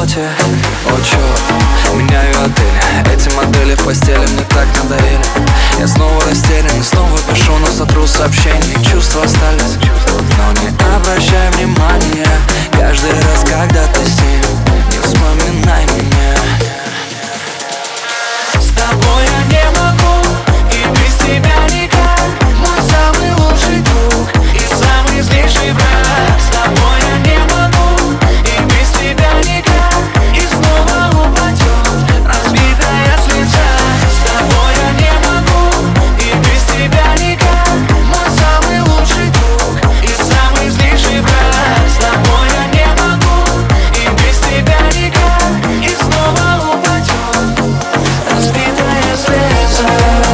работе. О, черт, меняю отель. Эти модели в постели мне так надоели. Я снова растерян и снова пишу, но сотру сообщения. Чувства остались, но не обращай внимания. Каждый раз, когда ты с ним, не вспоминай меня. С тобой я не могу, и без тебя никак. Мой самый лучший друг и самый злейший враг. С тобой я не могу, и без тебя никак. И снова упадет разбитая слеза. С тобой я не могу, и без тебя никак. Мой самый лучший друг и самый злейший враг. С тобой я не могу, и без тебя никак. И снова упадет разбитая слеза.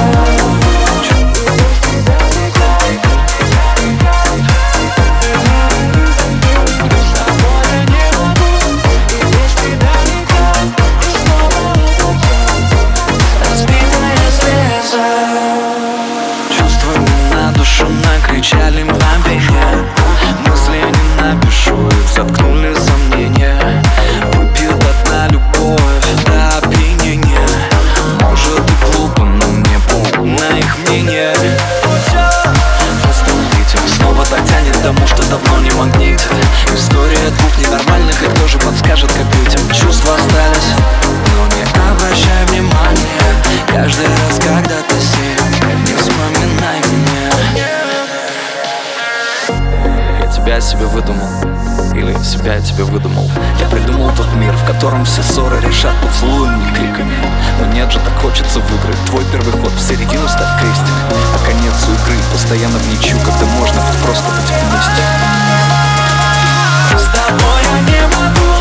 Накричали мгновенье, мысли не напишу, их заткнули сомнения. Выпью до дна любовь до опьянения. Может и глупо, но мне похуй на их мнение. Остановите, снова дотянет к тому, что давно не магнит. История двух ненормальных, и кто же подскажет, как быть? Чувства остались, но не обращай внимания. Каждый раз, когда ты с ним, не вспоминай меня. Тебя себе выдумал, или себя я тебе выдумал. Я придумал тот мир, в котором все ссоры решат поцелуями и криками. Но нет же, так хочется выиграть. Твой первый ход, в середину ставь крестик, а конец у игры постоянно в ничью, когда можно просто быть вместе. С тобой я не могу.